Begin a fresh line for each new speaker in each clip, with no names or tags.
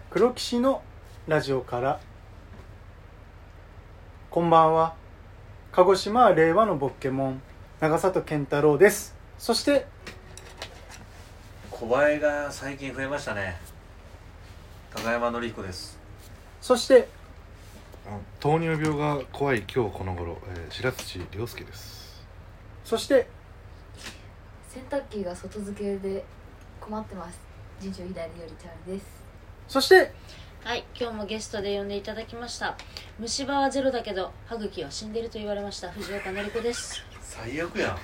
黒騎士のラジオから。こんばんは。鹿児島令和のボッケモン長里健太郎です。そして
小バエが最近増えましたね。高山紀彦です。
そして
糖尿病が怖い今日この頃、白土亮介です。
そして
洗濯機が外付けで困ってます。次女左よりチャーリです。
そして
はい、今日もゲストで呼んでいただきました。虫歯はゼロだけど歯茎は死んでると言われました藤岡典子です。
最悪やん。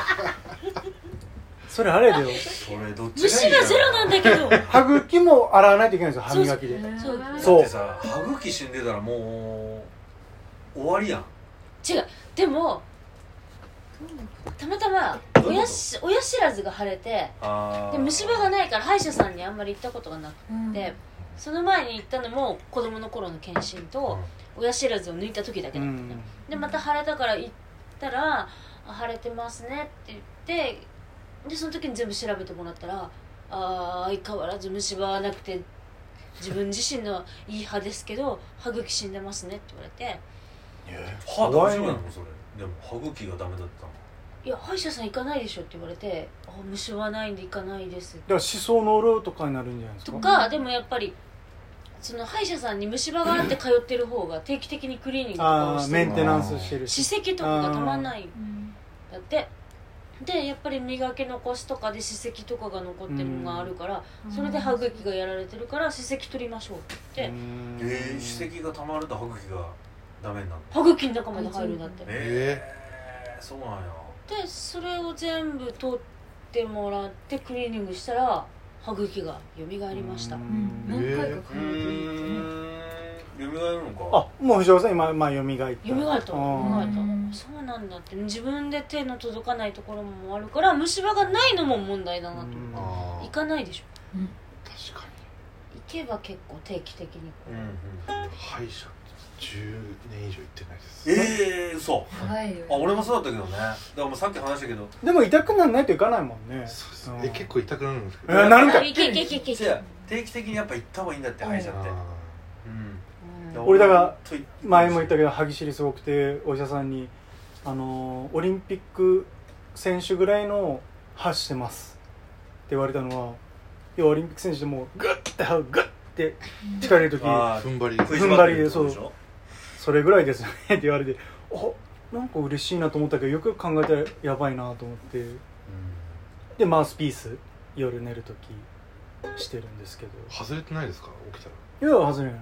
それあれだよ。
それどっちがいい
虫歯ゼロなんだけど
歯茎も洗わないといけないんですよ、歯磨きで。
そう
そう
だってさ、歯茎死んでたらもう終わりやん。
違う、でもたまたま親知らずが腫れて、で虫歯がないから歯医者さんにあんまり行ったことがなくて、その前に行ったのも子供の頃の検診と親知らずを抜いた時だけだったの、でまた腫れたから行ったら腫れてますねって言って、でその時に全部調べてもらったら、相変わらず虫歯はなくて自分自身のいい歯ですけど歯茎死んでますねって言われて、
歯大丈夫なのそれ。でも歯茎がダメだったの。
いや歯医者さん行かないでしょって言われて、虫歯ないんで行かないです
だから歯槽の漏とかになるんじゃないですか。
とか、でもやっぱりその歯医者さんに虫歯があって通ってる方が定期的にクリーニングとかをして
メンテナンスしてるし、
歯石とかがたまんないんだって。でやっぱり磨き残しとかで歯石とかが残ってるのがあるから、それで歯茎がやられてるから歯石取りましょうって言って、
歯石がたまると歯茎がダメになる
歯茎の中まで入るんだって。
そうなんや。
でそれを全部取ってもらってクリーニングしたら歯茎が蘇りました。
何回か通ってるってね。
蘇るのか。
あ、もう藤岡さん今蘇った。
蘇ったそうなんだって。自分で手の届かないところもあるから虫歯がないのも問題だなと思って。行かないでしょ。
確か
に行けば結構定期的に
歯医者10年以上行ってないです。
嘘。俺もそうだったけどね。だからもうさっき話したけど、
でも痛くならないといかないもんね。
そうです。結構痛くなるんですけど、
なるんか。
定期
的にやっぱ行った方がいいんだって、歯医者って。
俺だから前も言ったけど歯ぎしりすごくて、お医者さんにオリンピック選手ぐらいの歯してますって言われたのは、要はオリンピック選手でもグッて歯をグッて力入れるとき
踏
ん張りで、それぐらいですよねって言われて、なんか嬉しいなと思ったけど、よくよく考えたらやばいなと思って、でマウスピース夜寝るときしてるんですけど。
外れてないですか、起きたら。
いや外れない。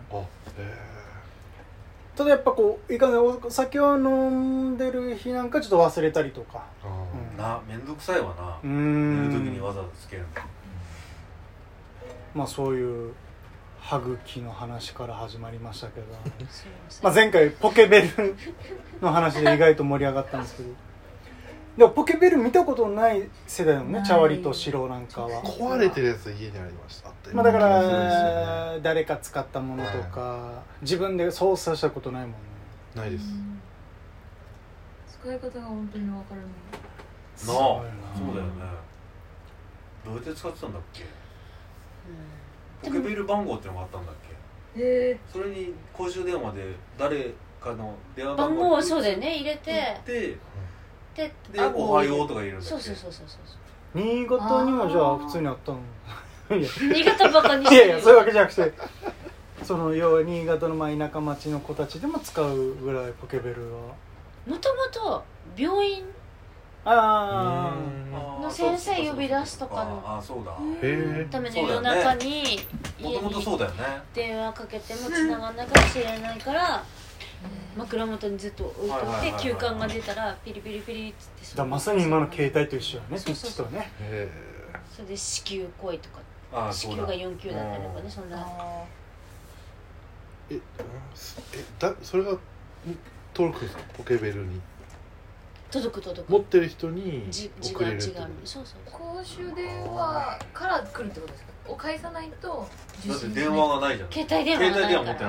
ただやっぱこういかない、お酒を飲んでる日なんかちょっと忘れたりとか、
めんどくさいわな。寝るときにわざわざつけるの。
まあそういう歯茎の話から始まりましたけどまあ前回ポケベルの話で意外と盛り上がったんですけど、でもポケベル見たことない世代のね、茶割りと白なんかは
壊れてるやつ家にありました。
まあだから誰か使ったものとか自分で操作したことないもんね。
ないです。
使い方が本当に分からない。
そうだよね。どうやって使ってたんだっけ。ポケベル番号ってのがあったんだっけ。それに公衆電話で誰かの電話番号
をそうだよね入れて、
でおはようとか入れるんだっけ。
そう
新潟にもじゃあ普通にあったの。
新潟バカにしてる。
いやそういうわけじゃなくて、その要は新潟の田舎町の子たちでも使うぐらいポケベルは
もともと病院の先生呼び出すとかのための夜中に
もともとそうだよね。
電話かけても繋がんないかもしれないから枕元にずっと置いといて、休館が出たらピリピリピリっつって、
だまさに今の携帯と一緒よね、ピッチとね。
それで子宮行為とか子宮が4級だったりとかね、そんな。
それが届くんですか、ポケベルに。
届く
持ってる人に送れるってこと。
公衆電話から来るってことですか。を返さないと
だって電話がないじゃん。
携帯電話がないから。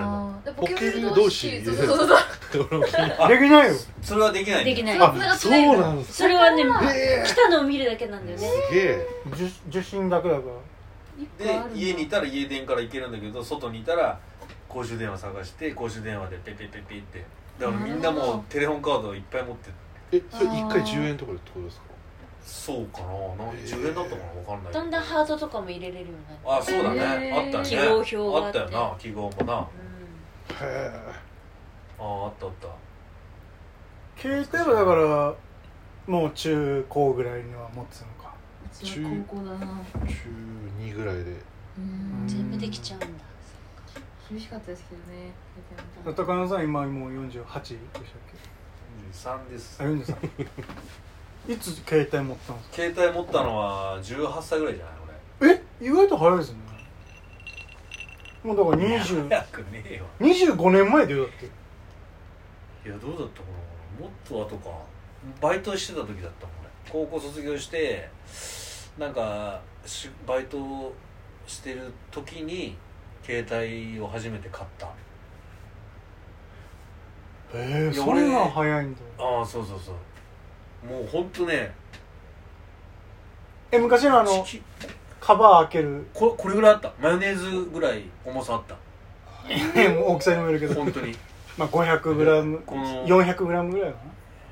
ポケベル
同士
でき
ないよ。
それはできない。
できない。
そうなんです。
それはね、来たのを見るだけなんだよね。
すげえ。
受信だけだから。
で家にいたら家電から行けるんだけど、外にいたら公衆電話探して公衆電話でペペペペってだからみんなもうテレホンカードをいっぱい持って
る。それ1回10円とかでってことですか？
そうかな、10円だったかな、分かんない。
だんだんハートとかも入れれるようになって。
あ、そうだね、あったね、
記号表が
あったよな、記号もな、へ
え。
あったあった。
携帯はだからもう中高ぐらいには持ってたのか。
うちは高校だな。
中2ぐらいで
全部できちゃうんだ。
厳しかったですけどね。
高野さん今もう48でしたっけ
23です。
あ、43いつ携帯持ったんですか？
携帯持ったのは18歳ぐらいじゃない俺。
意外と早いですね。もうだから20
早くねえよ。
25年前でよだって。
いやどうだったかな、もっと後か。バイトしてた時だったもん俺。高校卒業してなんかバイトしてる時に携帯を初めて買った。
それが早いんだ。
ああ、そうそうそう。もうほんとね、
昔のカバー開ける
これぐらいあった。マヨネーズぐらい重さあった。
大きさにもよるけど
本当に
まあ 500g、400g ぐらいかな。
何グラムだろう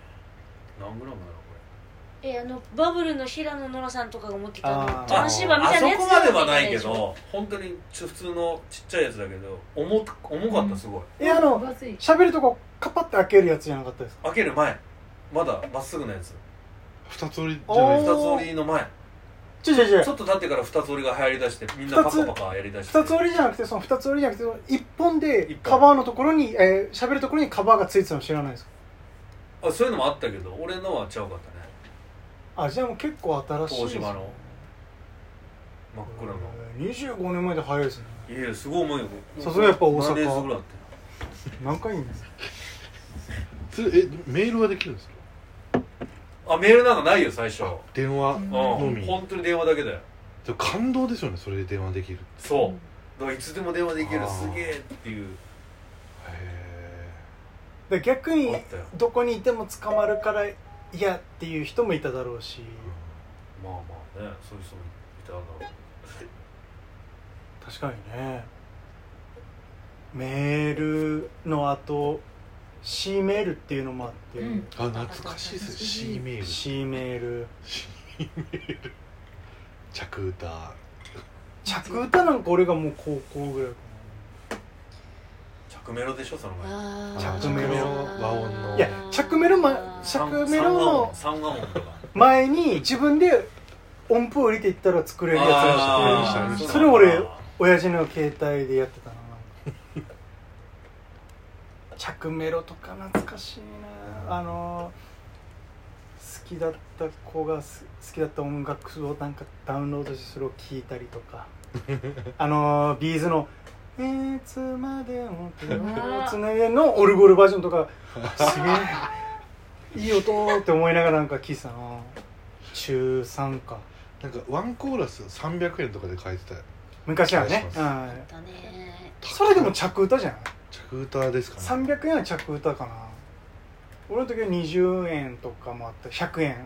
これ。
バブルの平野ノラさんとかが持ってたトランシーバーみたいなやつ。
あそこまではないけど、本当に普通のちっちゃいやつだけど重かった、すごい。
喋るとこカパって開けるやつじゃなかったですか？
開ける前、まだまっすぐのやつ。
二つ折りじゃないですか？
二つ折りの前。ちょっと経ってから二つ折りが流行りだして、みんなパカパカやりだして。
二つ折りじゃなくて、その二つ折りじゃなくて一本でカバーのところに喋るところにカバーがついてたの知らないですか？
あ、そういうのもあったけど俺のは違うかったね。
あ、じゃあもう結構新しいですね。
東芝の真っ暗の。
25年前で早いですね。
いや、すごい重いよ。
さすがやっぱ大阪。
マヨネーズぐらいあって
何回いいんですか？
メールはできるんですか？
あ、メールなんかないよ最初。
電話のみ。
本当に電話だけだよ。
感動ですよね、それで電話できる。
そうだからいつでも電話できる、すげえっていう。
で逆にどこにいても捕まるから嫌っていう人もいただろうし、
まあまあね、そういう人もいただろう。
確かにね。メールの後 C メールっていうのもあって、
あ、懐かしいです。 C メール、
C メール、
着歌
なんか俺がもう高校ぐらいか
着メロでしょ、その前。
着メロ
和音の。
いや、着メロの
三和音とか
前に自分で音符を入れていったら作れるやつらしくて、それを俺親父の携帯でやってたな。着メロとか懐かしいな。好きだった子が好きだった音楽をなんかダウンロードしてそれを聴いたりとかビーズのいつまでも手をつないでのオルゴールバージョンとかすげえいい音って思いながらなんか聴いてたな。中3か。
なんかワンコーラス300円とかで書いてた
昔はね。それでも着歌じゃない？
着歌ですかね。
300円は着歌かな。俺の時は20円とかもあった100円、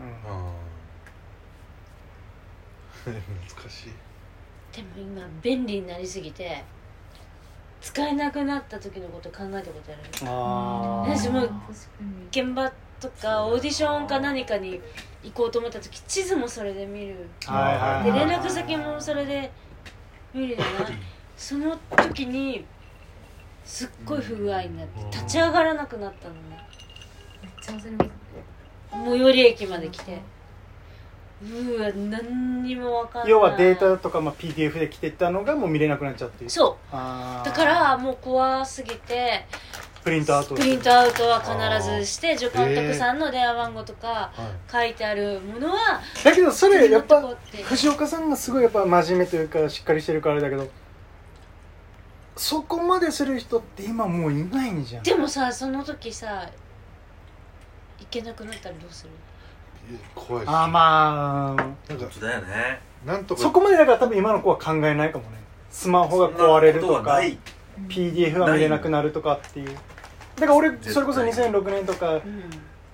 懐かしい。
でも今便利になりすぎて使えなくなった時のこと考えたことある。私も現場とかオーディションか何かに行こうと思った時地図もそれで見る、で連絡先もそれで見るじゃない。その時にすっごい不具合になって立ち上がらなくなったのね。
めっちゃ焦ります。
最寄り駅まで来て、うわ、何にも分かんない。
要はデータとか、PDF で来てたのがもう見れなくなっちゃって
そう。だからもう怖すぎて
プリントアウト
は必ずして助監督さんの電話番号とか書いてあるものは、
だけどそれやっぱ藤岡さんがすごいやっぱ真面目というかしっかりしてるからだけど、そこまでする人って今もういないんじゃん。
でもさ、その時さ行けなくなったらどうする？
怖いです。
まあ
なんかだよね。
なんとか
そこまでだから多分今の子は考えないかもね。スマホが壊れるとか PDF が見れなくなるとかっていう。だから俺それこそ2006年とか、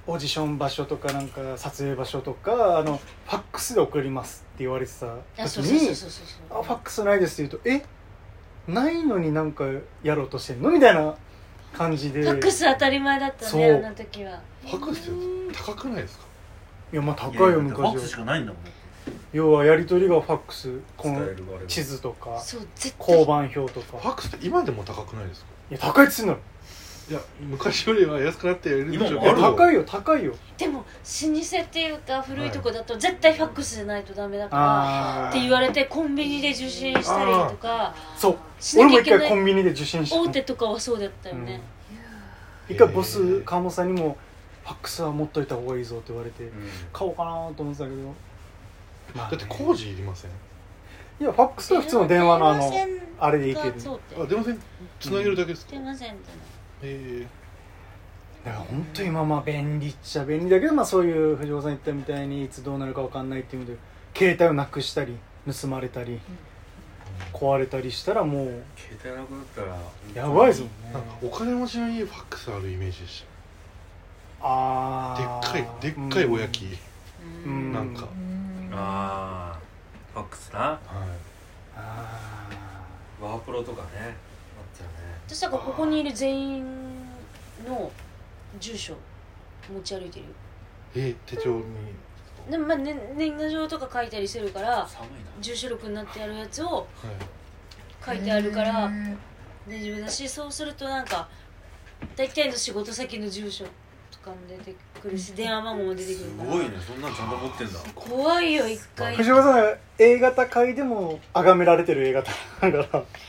オーディション場所とかなんか撮影場所とかファックスで送りますって言われてた時にファックスないですって言うとないのになんかやろうとしてんのみたいな感じで
ファックス当たり前だったね、あの時は。
ファックスって高くないですか？
いやまあ高いよ昔は。
ファックスしかないんだもん。
要はやり取りがファックス、この地図とか交番表とか。
ファックスって今でも高くないですか？
いや高いっつうんだろ。
いや昔よりは安くなっているんでしょうけど、
今も高いよ高いよ。
でも老舗っていうか古いとこだと絶対ファックスじゃないとダメだからって言われて、コンビニで受信したりとか
そう俺も一回コンビニで受信した。
大手とかはそうだったよね、
一回ボス川本さんにもファックスは持っといた方がいいぞって言われて、買おうかなと思ってたけど、
だって工事いりません？
いやファックスは普通の電話のあれでいける。
電話線つなげるだけですか？
電話線
だから本当に今便利っちゃ便利だけど、そういう藤岡さん言ったみたいにいつどうなるか分かんないっていうので携帯をなくしたり盗まれたり、壊れたりしたらもう
携帯なくなったら
やばいぞね。
お金持ちの家ファックスあるイメージでした。でっかいおやき、なんか
ファックスな、ワープロとかねあったよね。
そしたらここにいる全員の住所持ち歩いてるよ。
手帳に
でも年賀状とか書いたりするから住所録になってあるやつを書いてあるから大丈夫だし、そうするとなんか大体の仕事先の住所とかも出てくるし、電話番号も出てくるから。
すごいね、そんなんちゃんと持ってんだ。
怖いよ。一回
藤岡さん A 型界でも崇められてる A 型だから